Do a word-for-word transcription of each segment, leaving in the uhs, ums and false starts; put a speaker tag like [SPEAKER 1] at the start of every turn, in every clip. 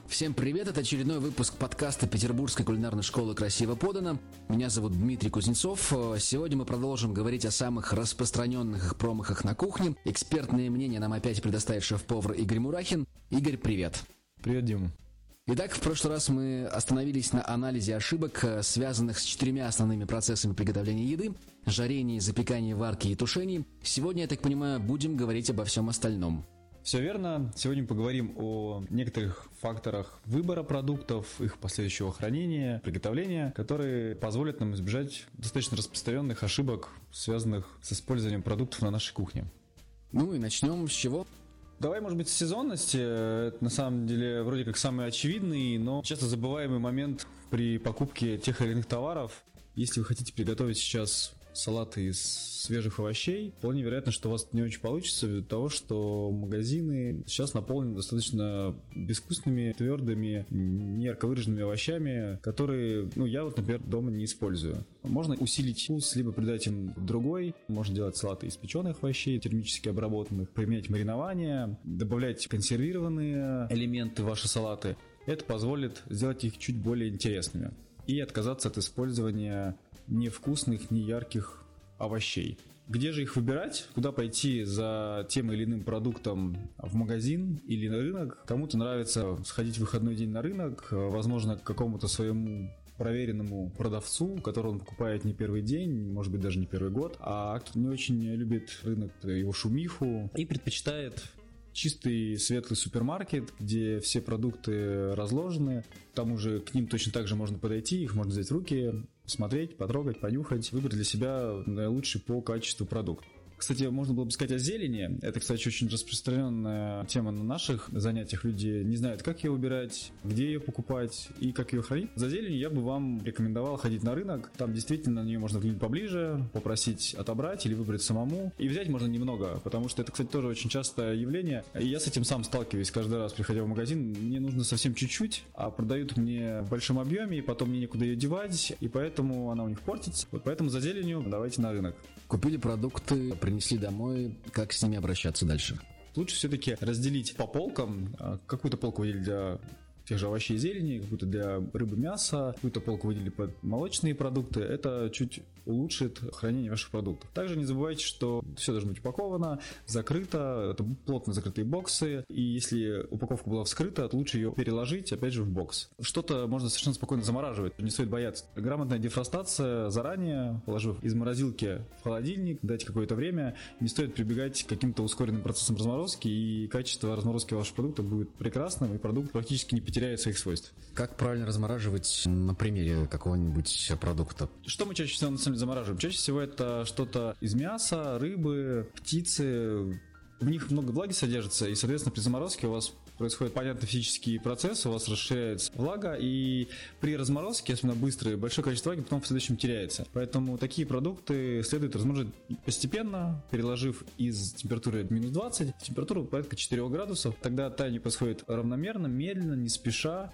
[SPEAKER 1] Всем привет, это очередной выпуск подкаста Петербургской кулинарной школы «Красиво подано». Меня зовут Дмитрий Кузнецов. Сегодня мы продолжим говорить о самых распространенных их промахах на кухне. Экспертное мнение нам опять предоставит шеф-повар Игорь Мурахин. Игорь, привет.
[SPEAKER 2] Привет, Дима.
[SPEAKER 1] Итак, в прошлый раз мы остановились на анализе ошибок, связанных с четырьмя основными процессами приготовления еды: жарение, запекание, варки и тушение. Сегодня, я так понимаю, будем говорить обо всем остальном.
[SPEAKER 2] Все верно. Сегодня мы поговорим о некоторых факторах выбора продуктов, их последующего хранения, приготовления, которые позволят нам избежать достаточно распространенных ошибок, связанных с использованием продуктов на нашей кухне.
[SPEAKER 1] Ну и начнем с чего?
[SPEAKER 2] Давай, может быть, с сезонности. Это на самом деле вроде как самый очевидный, но часто забываемый момент при покупке тех или иных товаров. Если вы хотите приготовить сейчас салаты из свежих овощей, вполне вероятно, что у вас не очень получится ввиду того, что магазины сейчас наполнены достаточно безвкусными, твердыми, неярко выраженными овощами, которые, ну, я вот, например, дома не использую. Можно усилить вкус, либо придать им другой. Можно делать салаты из печеных овощей, термически обработанных, применять маринование, добавлять консервированные элементы в ваши салаты. Это позволит сделать их чуть более интересными и отказаться от использования невкусных, неярких овощей. Где же их выбирать? Куда пойти за тем или иным продуктом в магазин или на рынок? Кому-то нравится сходить в выходной день на рынок, возможно, к какому-то своему проверенному продавцу, которого он покупает не первый день, может быть, даже не первый год, а кто не очень любит рынок, его шумиху и предпочитает чистый светлый супермаркет, где все продукты разложены. К тому же к ним точно так же можно подойти, их можно взять в руки, посмотреть, потрогать, понюхать, выбрать для себя наилучший по качеству продукт. Кстати, можно было бы сказать о зелени. Это, кстати, очень распространенная тема на наших занятиях. Люди не знают, как ее выбирать, где ее покупать и как ее хранить. За зеленью я бы вам рекомендовал ходить на рынок. Там действительно на нее можно взглянуть поближе, попросить отобрать или выбрать самому. И взять можно немного, потому что это, кстати, тоже очень частое явление. И я с этим сам сталкиваюсь каждый раз, приходя в магазин. Мне нужно совсем чуть-чуть, а продают мне в большом объеме, и потом мне некуда ее девать, и поэтому она у них портится. Вот поэтому за зеленью давайте на рынок.
[SPEAKER 1] Купили продукты, принесли домой, как с ними обращаться дальше?
[SPEAKER 2] Лучше все-таки разделить по полкам. Какую-то полку выделить для тех же овощей и зелени, какую-то для рыбы, мяса, какую-то полку выделили под молочные продукты. Это чуть улучшит хранение ваших продуктов. Также не забывайте, что все должно быть упаковано, закрыто, это плотно закрытые боксы, и если упаковка была вскрыта, то лучше ее переложить, опять же, в бокс. Что-то можно совершенно спокойно замораживать, не стоит бояться. Грамотная дефростация заранее, положив из морозилки в холодильник, дать какое-то время, не стоит прибегать к каким-то ускоренным процессам разморозки, и качество разморозки ваших продуктов будет прекрасным, и продукт практически не теряет своих свойств.
[SPEAKER 1] Как правильно размораживать на примере какого-нибудь продукта?
[SPEAKER 2] Что мы чаще всего на самом деле замораживаем? Чаще всего это что-то из мяса, рыбы, птицы. В них много влаги содержится, и, соответственно, при заморозке у вас происходит понятный физический процесс, у вас расширяется влага, и при разморозке, особенно быстрое, большое количество влаги потом в следующем теряется. Поэтому такие продукты следует разморозить постепенно, переложив из температуры минус двадцать в температуру порядка четырех градусов. Тогда таяние происходит равномерно, медленно, не спеша,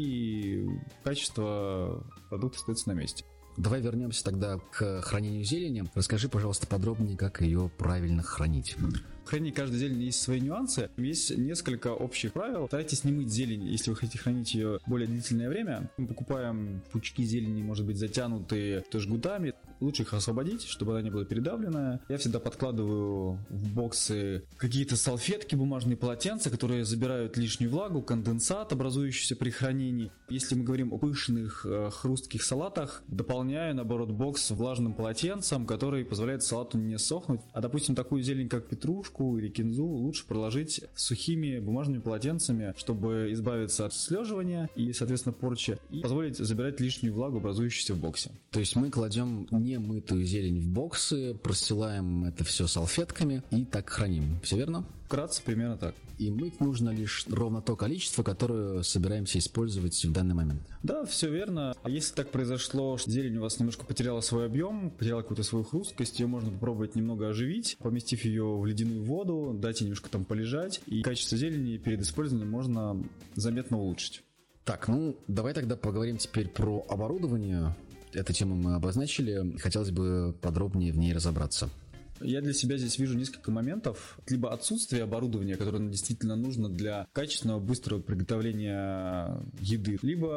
[SPEAKER 2] и качество продукта остается на месте.
[SPEAKER 1] Давай вернемся тогда к хранению зелени. Расскажи, пожалуйста, подробнее, как ее правильно хранить.
[SPEAKER 2] В хранении каждой зелени есть свои нюансы. Есть несколько общих правил. Старайтесь не мыть зелень, если вы хотите хранить ее более длительное время. Мы покупаем пучки зелени, может быть, затянутые жгутами. Лучше их освободить, чтобы она не была передавленная. Я всегда подкладываю в боксы какие-то салфетки, бумажные полотенца, которые забирают лишнюю влагу, конденсат, образующийся при хранении. Если мы говорим о пышных, хрустких салатах, дополняю, наоборот, бокс влажным полотенцем, который позволяет салату не сохнуть. А, допустим, такую зелень, как петрушку или кинзу, лучше проложить сухими бумажными полотенцами, чтобы избавиться от слеживания и, соответственно, порчи, и позволить забирать лишнюю влагу, образующуюся в боксе.
[SPEAKER 1] То есть мы кладем немытую зелень в боксы, простилаем это все салфетками и так храним. Все верно?
[SPEAKER 2] Вкратце, примерно так.
[SPEAKER 1] И мыть нужно лишь ровно то количество, которое собираемся использовать в данный момент.
[SPEAKER 2] Да, все верно. А если так произошло, что зелень у вас немножко потеряла свой объем, потеряла какую-то свою хрусткость, ее можно попробовать немного оживить, поместив ее в ледяную воду, дать ей немножко там полежать, и качество зелени перед использованием можно заметно улучшить.
[SPEAKER 1] Так, ну давай тогда поговорим теперь про оборудование. Эту тему мы обозначили, хотелось бы подробнее в ней разобраться.
[SPEAKER 2] Я для себя здесь вижу несколько моментов. Либо отсутствие оборудования, которое действительно нужно для качественного, быстрого приготовления еды,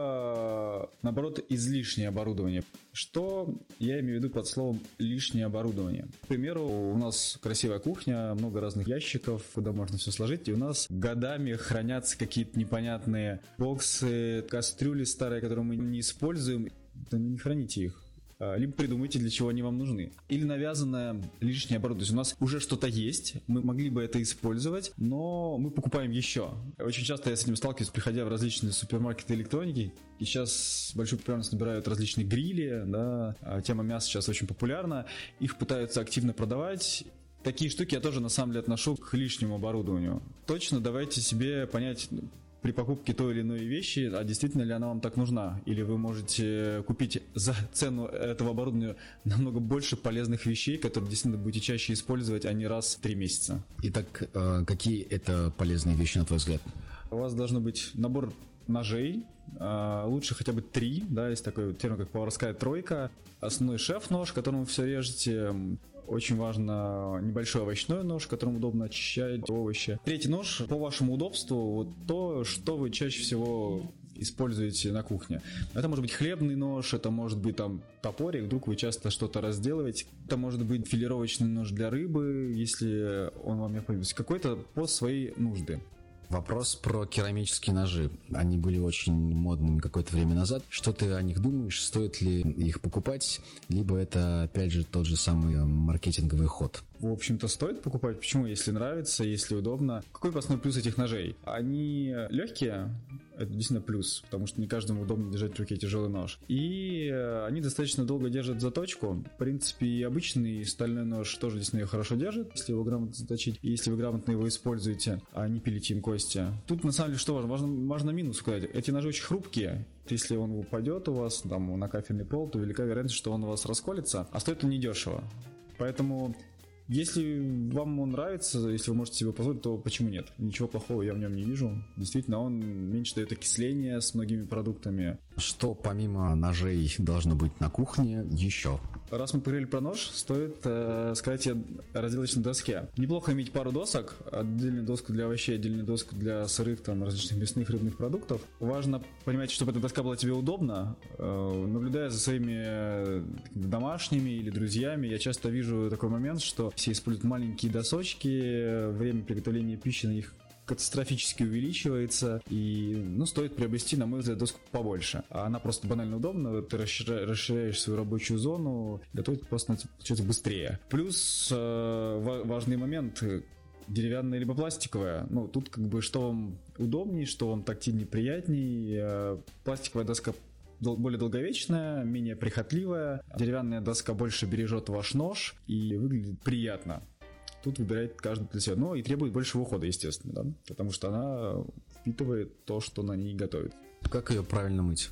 [SPEAKER 2] либо, наоборот, излишнее оборудование. Что я имею в виду под словом «лишнее оборудование»? К примеру, у нас красивая кухня, много разных ящиков, куда можно все сложить, и у нас годами хранятся какие-то непонятные боксы, кастрюли старые, которые мы не используем. Да не храните их. Либо придумайте, для чего они вам нужны. Или навязанное лишнее оборудование. То есть у нас уже что-то есть, мы могли бы это использовать, но мы покупаем еще. Очень часто я с этим сталкиваюсь, приходя в различные супермаркеты электроники. И сейчас большую популярность набирают различные грили, да. Тема мяса сейчас очень популярна. Их пытаются активно продавать. Такие штуки я тоже на самом деле отношу к лишнему оборудованию. Точно давайте себе понять при покупке той или иной вещи, а действительно ли она вам так нужна. Или вы можете купить за цену этого оборудования намного больше полезных вещей, которые действительно будете чаще использовать, а не раз в три месяца.
[SPEAKER 1] Итак, какие это полезные вещи, на твой взгляд?
[SPEAKER 2] У вас должен быть набор ножей, лучше хотя бы три, да, есть такой термин, как поварская тройка, основной шеф-нож, которым вы все режете. Очень важно небольшой овощной нож, которым удобно очищать овощи. Третий нож по вашему удобству, вот то, что вы чаще всего используете на кухне. Это может быть хлебный нож, это может быть там топорик, вдруг вы часто что-то разделываете. Это может быть филировочный нож для рыбы, если он вам необходим. Какой-то по своей нужде.
[SPEAKER 1] Вопрос про керамические ножи. Они были очень модными какое-то время назад. Что ты о них думаешь? Стоит ли их покупать? Либо это, опять же, тот же самый маркетинговый ход?
[SPEAKER 2] В общем-то, стоит покупать. Почему? Если нравится, если удобно. Какой основной плюс этих ножей? Они легкие. Это действительно плюс, потому что не каждому удобно держать в руке тяжелый нож. И они достаточно долго держат заточку. В принципе, и обычный стальной нож тоже действительно ее хорошо держит, если его грамотно заточить. И если вы грамотно его используете, а не пилите им кости. Тут на самом деле что важно? Важно, важно минус сказать. Эти ножи очень хрупкие. Если он упадет у вас там, на кафельный пол, то велика вероятность, что он у вас расколется. А стоит он недешево. Поэтому... Если вам он нравится, если вы можете себе позволить, то почему нет? Ничего плохого я в нем не вижу. Действительно, он меньше дает окисления с многими продуктами.
[SPEAKER 1] Что помимо ножей должно быть на кухне еще?
[SPEAKER 2] Раз мы поговорили про нож, стоит э, сказать о разделочной доске. Неплохо иметь пару досок. Отдельную доску для овощей, отдельную доску для сырых, там, различных мясных, рыбных продуктов. Важно понимать, чтобы эта доска была тебе удобна. Э, наблюдая за своими домашними или друзьями, я часто вижу такой момент, что все используют маленькие досочки, время приготовления пищи на них катастрофически увеличивается, и, ну, стоит приобрести, на мой взгляд, доску побольше. Она просто банально удобна, ты расширяешь свою рабочую зону, готовить просто получается быстрее. Плюс э, важный момент, деревянная либо пластиковая. Ну, тут как бы что вам удобнее, что вам тактильнее, приятнее. Э, пластиковая доска более долговечная, менее прихотливая. Деревянная доска больше бережет ваш нож и выглядит приятно. Тут выбирает каждый для себя. Но и требует большего ухода, естественно, да? Потому что она впитывает то, что на ней готовит.
[SPEAKER 1] Как ее правильно мыть?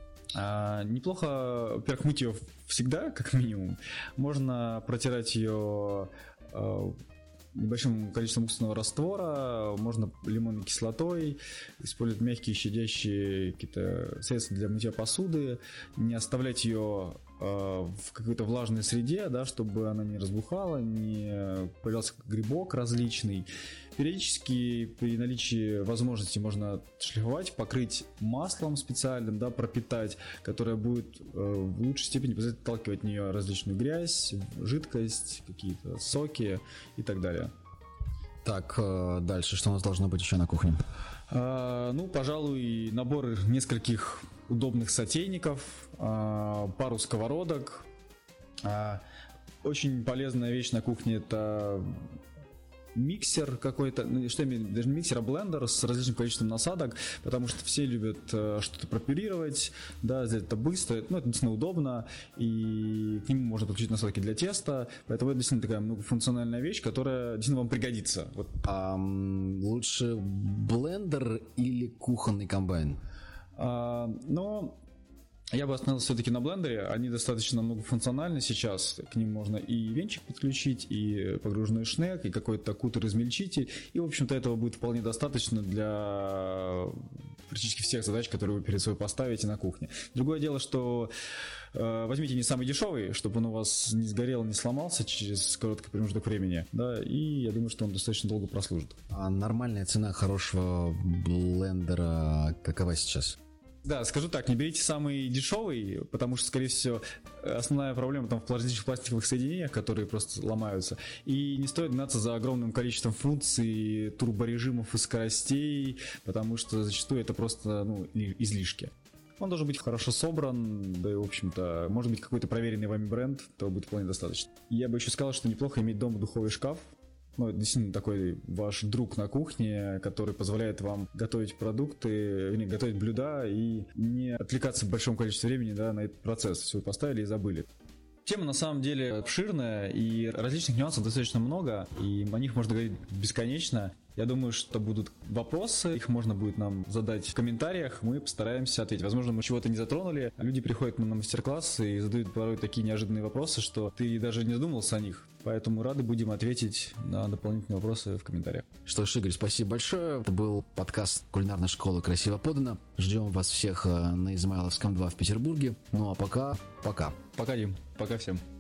[SPEAKER 2] А, неплохо, во-первых, мыть ее всегда, как минимум. Можно протирать ее а, небольшим количеством уксусного раствора, можно лимонной кислотой, использовать мягкие щадящие какие-то средства для мытья посуды, не оставлять ее в какой-то влажной среде, да, чтобы она не разбухала, не появлялся грибок различный. Периодически при наличии возможности можно шлифовать, покрыть маслом специальным, да, пропитать, которое будет э, в лучшей степени позволять отталкивать от нее различную грязь, жидкость, какие-то соки и так далее.
[SPEAKER 1] Так, э, дальше, что у нас должно быть еще на кухне?
[SPEAKER 2] А, ну, пожалуй, набор нескольких удобных сотейников, а, пару сковородок. А, очень полезная вещь на кухне — это миксер какой-то, ну, что я имею в виду, даже не миксер, а блендер с различным количеством насадок, потому что все любят э, что-то пропюрировать, да, сделать это быстро, ну, это действительно удобно, и к нему можно подключить насадки для теста, поэтому это действительно такая многофункциональная вещь, которая действительно вам пригодится. Вот.
[SPEAKER 1] А, лучше блендер или кухонный комбайн?
[SPEAKER 2] А, но я бы остановился все-таки на блендере. Они достаточно многофункциональны сейчас. К ним можно и венчик подключить, и погружной шнек, и какой-то кутер-измельчитель. И, в общем-то, этого будет вполне достаточно для практически всех задач, которые вы перед собой поставите на кухне. Другое дело, что э, возьмите не самый дешевый, чтобы он у вас не сгорел, не сломался через короткий промежуток времени, да, и я думаю, что он достаточно долго прослужит.
[SPEAKER 1] А нормальная цена хорошего блендера какова сейчас?
[SPEAKER 2] Да, скажу так, не берите самый дешевый, потому что, скорее всего, основная проблема там в различных пластиковых соединениях, которые просто ломаются. И не стоит гнаться за огромным количеством функций, турборежимов и скоростей, потому что зачастую это просто, ну, излишки. Он должен быть хорошо собран, да и, в общем-то, может быть, какой-то проверенный вами бренд, то будет вполне достаточно. Я бы еще сказал, что неплохо иметь дома духовой шкаф. Ну, это действительно такой ваш друг на кухне, который позволяет вам готовить продукты, не, готовить блюда и не отвлекаться в большом количестве времени, да, на этот процесс. Все вы поставили и забыли. Тема на самом деле обширная, и различных нюансов достаточно много, и о них можно говорить бесконечно. Я думаю, что будут вопросы, их можно будет нам задать в комментариях, мы постараемся ответить. Возможно, мы чего-то не затронули. Люди приходят на мастер-классы и задают порой такие неожиданные вопросы, что ты даже не задумывался о них. Поэтому рады будем ответить на дополнительные вопросы в комментариях.
[SPEAKER 1] Что ж, Игорь, спасибо большое. Это был подкаст кулинарной школы «Красиво подано». Ждем вас всех на Измайловском два в Петербурге. Ну а пока, пока.
[SPEAKER 2] Пока, Дим. Пока всем.